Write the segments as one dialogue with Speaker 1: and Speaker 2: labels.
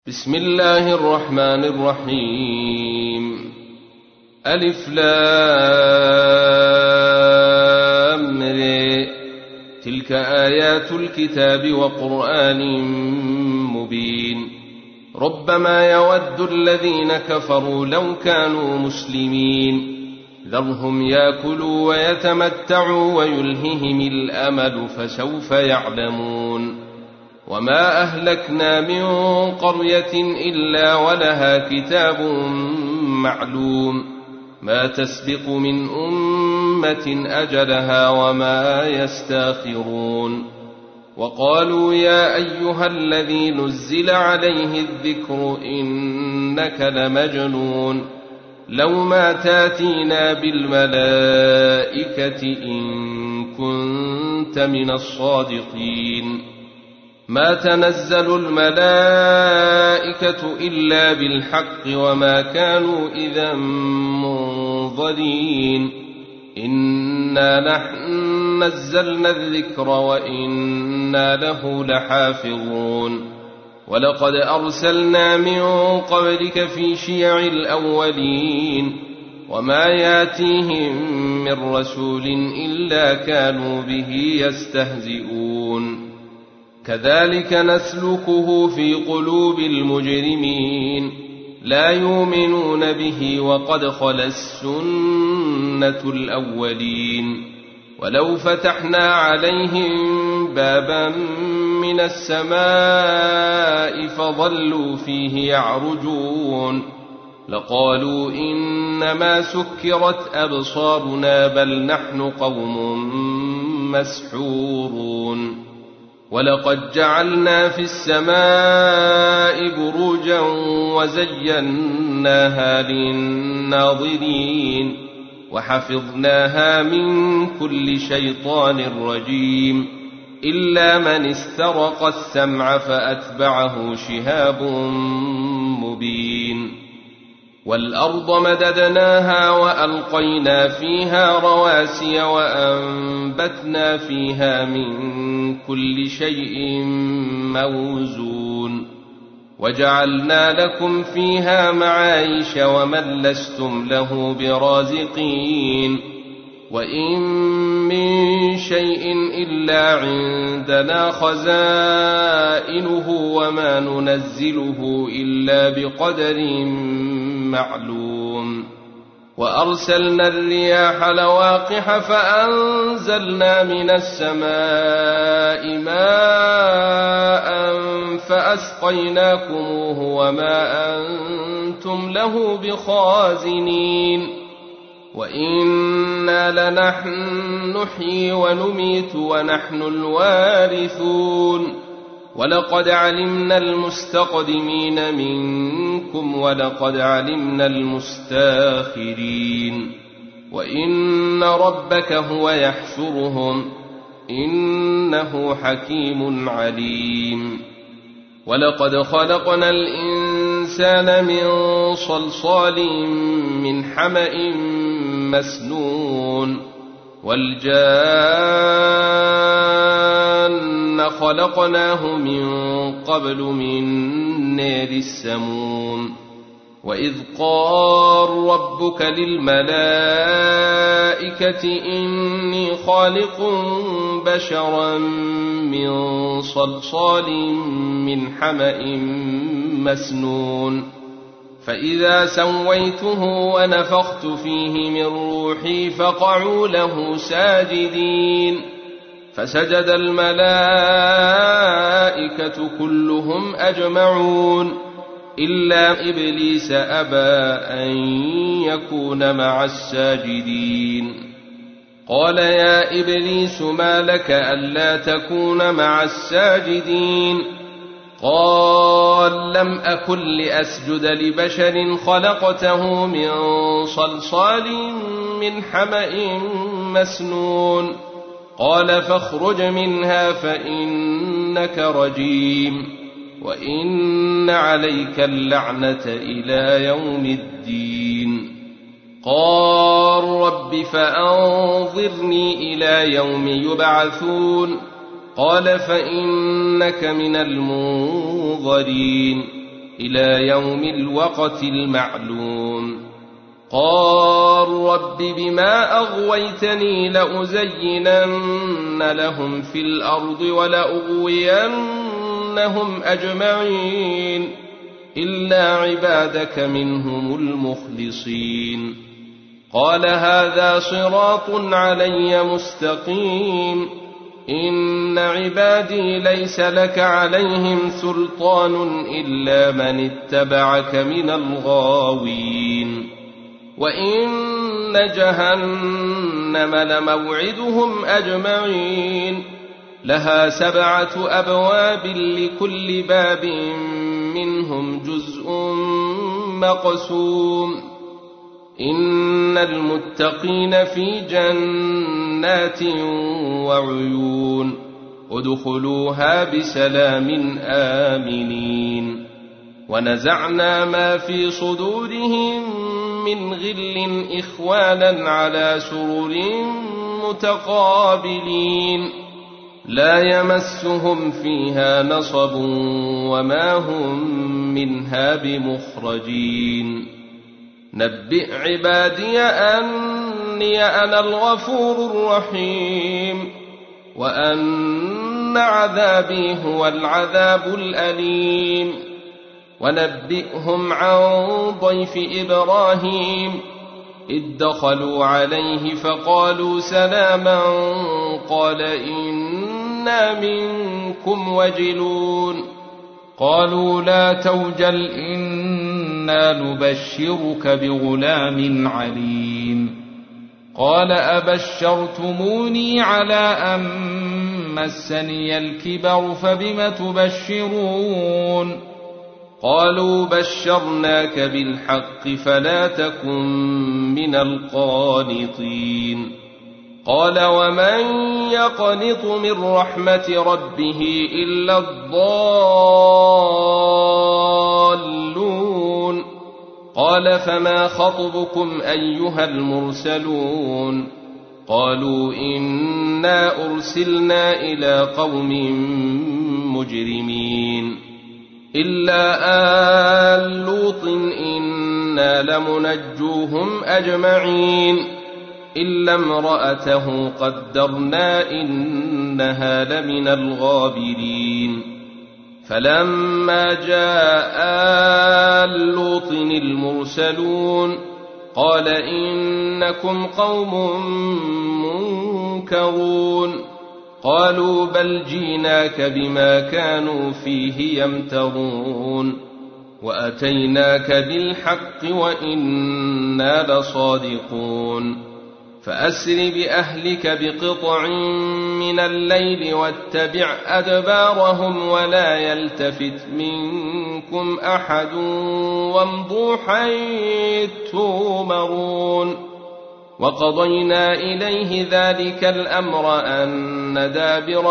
Speaker 1: بسم الله الرحمن الرحيم. ألف لام ر. تلك آيات الكتاب وقرآن مبين. ربما يود الذين كفروا لو كانوا مسلمين. ذرهم يأكلوا ويتمتعوا ويلههم الأمل فسوف يعلمون. وما أهلكنا من قرية إلا ولها كتاب معلوم ما تسبق من أمة أجلها وما يستاخرون. وقالوا يا أيها الذي نزل عليه الذكر إنك لمجنون لو ما تاتينا بالملائكة إن كنت من الصادقين. ما تنزل الملائكة إلا بالحق وما كانوا إذا منظرين. إنا نحن نزلنا الذكر وإنا له لحافظون. ولقد أرسلنا من قبلك في شيع الأولين وما ياتيهم من رسول إلا كانوا به يستهزئون. كذلك نسلكه في قلوب المجرمين لا يؤمنون به وقد خلت السنة الأولين. ولو فتحنا عليهم بابا من السماء فظلوا فيه يعرجون لقالوا إنما سكرت أبصارنا بل نحن قوم مسحورون. ولقد جعلنا في السماء بروجا وزيناها للناظرين وحفظناها من كل شيطان رجيم إلا من استرق السمع فأتبعه شهاب مبين. والأرض مددناها وألقينا فيها رواسي وأنبتنا فيها من كل شيء موزون وجعلنا لكم فيها معايش ومن لستم له برازقين. وإن من شيء إلا عندنا خزائنه وما ننزله إلا بقدر معلوم. وأرسلنا الرياح لواقح فأنزلنا من السماء ماء فأسقيناكموه وما أنتم له بخازنين. وإنا لنحن نحيي ونميت ونحن الوارثون. ولقد علمنا المستقدمين منكم ولقد علمنا المستاخرين. وإن ربك هو يحشرهم إنه حكيم عليم. ولقد خلقنا الإنسان من صلصال من حمأ مسنون والجان خلقناه من قبل من نار السموم. وإذ قال ربك للملائكة إني خالق بشرا من صلصال من حمأ مسنون فإذا سويته ونفخت فيه من روحي فقعوا له ساجدين. فسجد الملائكة كلهم أجمعون إلا إبليس أبى أن يكون مع الساجدين. قال يا إبليس ما لك ألا تكون مع الساجدين؟ قال لم أكن لأسجد لبشر خلقته من صلصال من حمأ مسنون. قال فاخرج منها فإنك رجيم وإن عليك اللعنة إلى يوم الدين. قال رب فأنظرني إلى يوم يبعثون. قال فإنك من المنظرين إلى يوم الوقت المعلوم. قال رب بما أغويتني لأزينن لهم في الأرض ولأغوينهم أجمعين إلا عبادك منهم المخلصين. قال هذا صراط علي مستقيم إن عبادي ليس لك عليهم سلطان إلا من اتبعك من الغاوين. وإن جهنم لموعدهم أجمعين لها 7 أبواب لكل باب منهم جزء مقسوم. إن المتقين في جنات وعيون ادخلوها بسلام آمنين. ونزعنا ما في صدورهم من غل إخوانا على سرر متقابلين لا يمسهم فيها نصب وما هم منها بمخرجين. نبئ عبادي أني أنا الغفور الرحيم وأن عذابي هو العذاب الأليم. ونبئهم عن ضيف إبراهيم إذ دخلوا عليه فقالوا سلاما قال إنا منكم وجلون. قالوا لا توجل إنا نبشرك بغلام عليم. قال أبشرتموني على أن مسني الكبر فبم تبشرون. قالوا بشرناك بالحق فلا تكن من القانطين. قال ومن يقنط من رحمة ربه إلا الضالون. قال فما خطبكم أيها المرسلون. قالوا إنا أرسلنا إلى قوم مجرمين إلا آل لوط إنا لمنجوهم أجمعين إلا امرأته قدرنا إنها لمن الغابرين. فلما جاء آل لوط المرسلون قال إنكم قوم منكرون. قالوا بل جيناك بما كانوا فيه يمترون وأتيناك بالحق وإنا لصادقون. فأسر بأهلك بقطع من الليل واتبع أدبارهم ولا يلتفت منكم أحد وامضوا حيث تؤمرون. وقضينا إليه ذلك الأمر أن دابر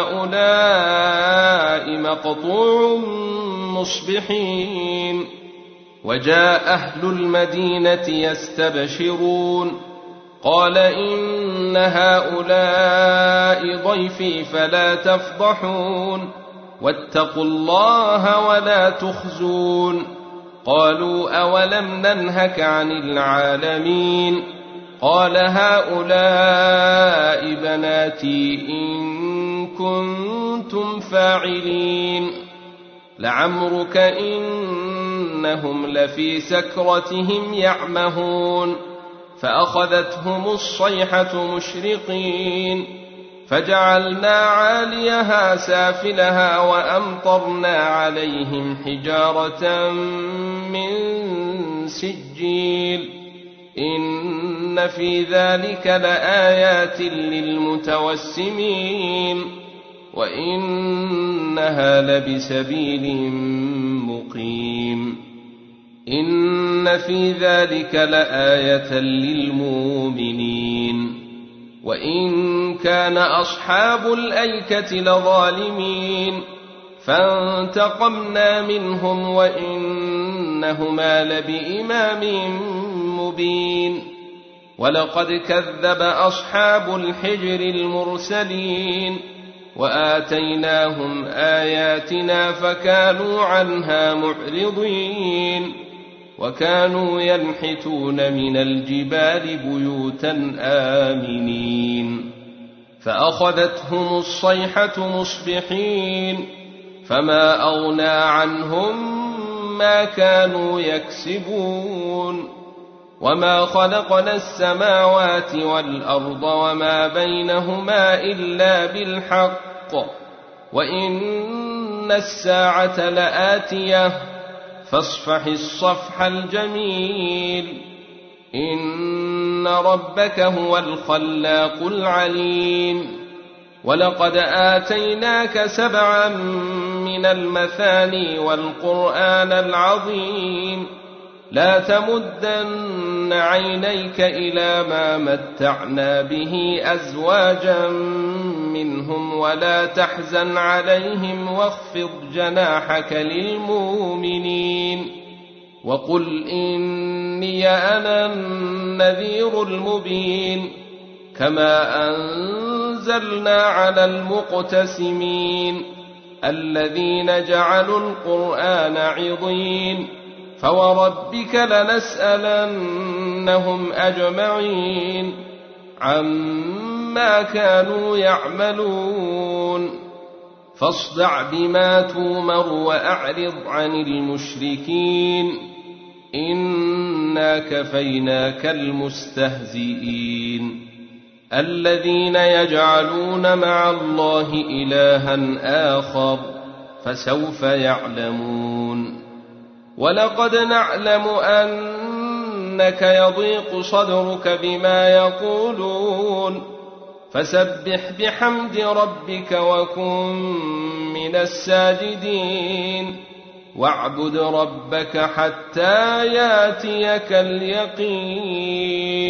Speaker 1: هؤلاء مقطوع مصبحين. وجاء أهل المدينة يستبشرون قال إن هؤلاء ضيفي فلا تفضحون واتقوا الله ولا تخزون. قالوا أولم ننهك عن العالمين. قال هؤلاء بناتي إن كنتم فاعلين. لعمرك إنهم لفي سكرتهم يعمهون. فأخذتهم الصيحة مشرقين فجعلنا عاليها سافلها وأمطرنا عليهم حجارة من سجيل إن في ذلك لآيات للمتوسمين وإنها لبسبيل مقيم. إن في ذلك لآية للمؤمنين. وإن كان أصحاب الأيكة لظالمين فانتقمنا منهم وإنهما لبإمام مبين. ولقد كذب أصحاب الحجر المرسلين وآتيناهم آياتنا فكانوا عنها معرضين وكانوا ينحتون من الجبال بيوتا آمنين فأخذتهم الصيحة مصبحين فما أغنى عنهم ما كانوا يكسبون وما خلقنا السماوات والأرض وما بينهما إلا بالحق وإن الساعة لآتية فاصفح الصفح الجميل إن ربك هو الخلاق العليم ولقد آتيناك 7 من المثاني والقرآن العظيم لا تمدن عينيك إلى ما متعنا به أزواجا منهم ولا تحزن عليهم واخفض جناحك للمؤمنين وقل إني أنا النذير المبين كما أنزلنا على المقتسمين الذين جعلوا القرآن عضين فوربك لنسألنهم أجمعين عما كانوا يعملون فاصدع بما تومر وأعرض عن المشركين إنا كفيناك المستهزئين الذين يجعلون مع الله إلها آخر فسوف يعلمون ولقد نعلم أنك يضيق صدرك بما يقولون فسبح بحمد ربك وكن من الساجدين واعبد ربك حتى ياتيك اليقين